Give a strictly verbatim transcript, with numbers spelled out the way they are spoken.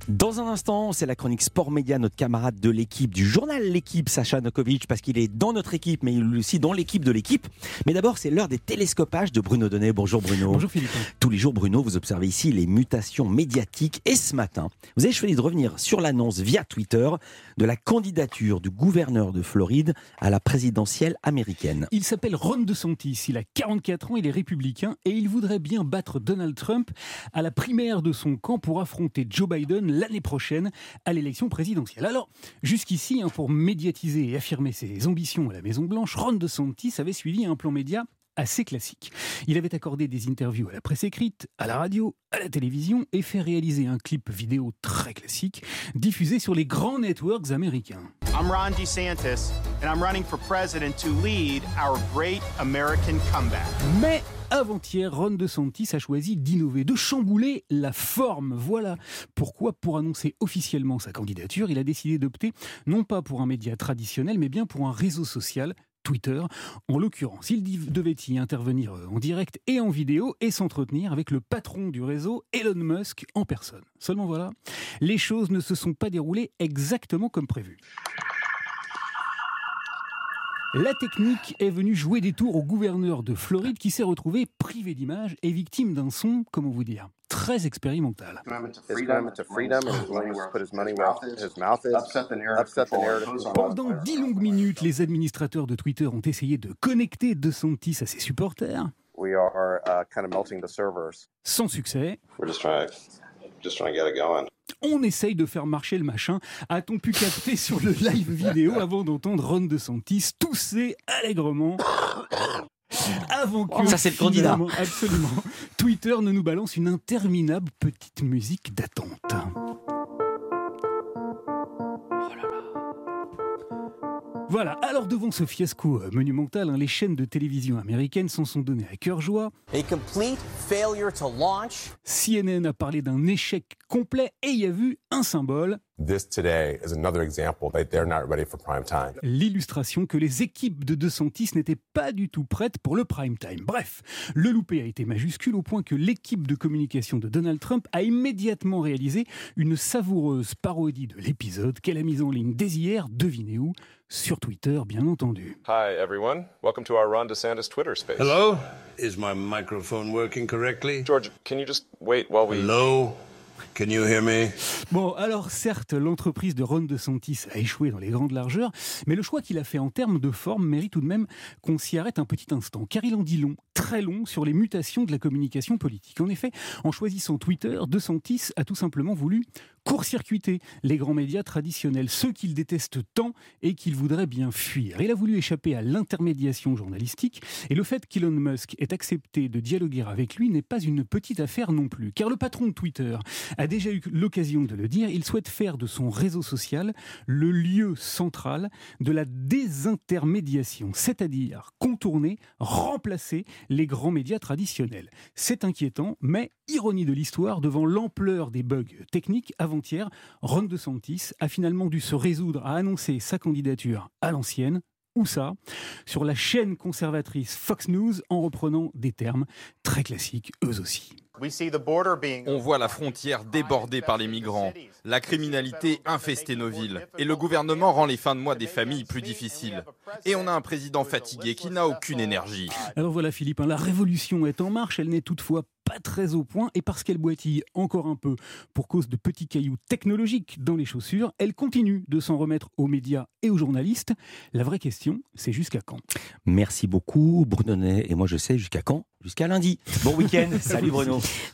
Dans un instant, c'est la chronique Sport Média, notre camarade de l'équipe, du journal L'équipe, Sacha Nokovic, parce qu'il est dans notre équipe, mais il est aussi dans l'équipe de l'équipe. Mais d'abord, c'est l'heure des télescopages de Bruno Donnet. Bonjour Bruno. Bonjour Philippe. Tous les jours, Bruno, vous observez ici les mutations médiatiques. Et ce matin, vous avez choisi de revenir sur l'annonce via Twitter de la candidature du gouverneur de Floride à la présidentielle américaine. Il s'appelle Ron DeSantis, il a quarante-quatre ans, il est républicain et il voudrait bien battre Donald Trump à la primaire de son camp pour affronter Joe Biden l'année prochaine à l'élection présidentielle. Alors, jusqu'ici, hein, pour médiatiser et affirmer ses ambitions à la Maison-Blanche, Ron DeSantis avait suivi un plan média assez classique. Il avait accordé des interviews à la presse écrite, à la radio, à la télévision et fait réaliser un clip vidéo très classique diffusé sur les grands networks américains. I'm Ron DeSantis and I'm running for president to lead our great American comeback. Mais avant-hier, Ron DeSantis a choisi d'innover, de chambouler la forme. Voilà pourquoi, pour annoncer officiellement sa candidature, il a décidé d'opter non pas pour un média traditionnel, mais bien pour un réseau social, Twitter. En l'occurrence, il devait y intervenir en direct et en vidéo et s'entretenir avec le patron du réseau, Elon Musk, en personne. Seulement voilà, les choses ne se sont pas déroulées exactement comme prévu. La technique est venue jouer des tours au gouverneur de Floride qui s'est retrouvé privé d'image et victime d'un son, comment vous dire, très expérimental. Pendant dix longues minutes, les administrateurs de Twitter ont essayé de connecter DeSantis à ses supporters. We are uh, kind of melting the servers. Sans succès. We're just trying, just trying to get it going. On essaye de faire marcher le machin. A-t-on pu capter sur le live vidéo avant d'entendre Ron DeSantis tousser allègrement avant que, oh, ça c'est le candidat. Absolument, Twitter ne nous balance une interminable petite musique d'attente. Voilà, alors devant ce fiasco monumental, hein, les chaînes de télévision américaines s'en sont données à cœur joie. A complete failure to launch. C N N a parlé d'un échec complet et y a vu un symbole. This today is another example that they're not ready for prime time. L'illustration que les équipes de DeSantis n'étaient pas du tout prêtes pour le prime time. Bref, le loupé a été majuscule au point que l'équipe de communication de Donald Trump a immédiatement réalisé une savoureuse parodie de l'épisode qu'elle a mise en ligne dès hier, devinez où ? Sur Twitter, bien entendu. Hi everyone, welcome to our Ron DeSantis Twitter space. Hello, is my microphone working correctly? George, can you just wait while we... Hello, can you hear me? Bon, alors certes, l'entreprise de Ron DeSantis a échoué dans les grandes largeurs, mais le choix qu'il a fait en termes de forme mérite tout de même qu'on s'y arrête un petit instant, car il en dit long, très long, sur les mutations de la communication politique. En effet, en choisissant Twitter, DeSantis a tout simplement voulu court-circuiter les grands médias traditionnels, ceux qu'il déteste tant et qu'il voudrait bien fuir. Il a voulu échapper à l'intermédiation journalistique et le fait qu'Elon Musk ait accepté de dialoguer avec lui n'est pas une petite affaire non plus. Car le patron de Twitter a déjà eu l'occasion de le dire, il souhaite faire de son réseau social le lieu central de la désintermédiation, c'est-à-dire contourner, remplacer les grands médias traditionnels. C'est inquiétant, mais ironie de l'histoire, devant l'ampleur des bugs techniques, avant-hier, Ron DeSantis a finalement dû se résoudre à annoncer sa candidature à l'ancienne. Où ça ? Sur la chaîne conservatrice Fox News, en reprenant des termes très classiques, eux aussi. On voit la frontière débordée par les migrants, la criminalité infester nos villes, et le gouvernement rend les fins de mois des familles plus difficiles. Et on a un président fatigué qui n'a aucune énergie. Alors voilà Philippe, hein, la révolution est en marche, elle n'est toutefois pas très au point, et parce qu'elle boitille encore un peu pour cause de petits cailloux technologiques dans les chaussures, elle continue de s'en remettre aux médias et aux journalistes. La vraie question, c'est jusqu'à quand ? Merci beaucoup Bruno Donnet, et moi je sais jusqu'à quand ? Jusqu'à lundi. Bon week-end, salut Bruno.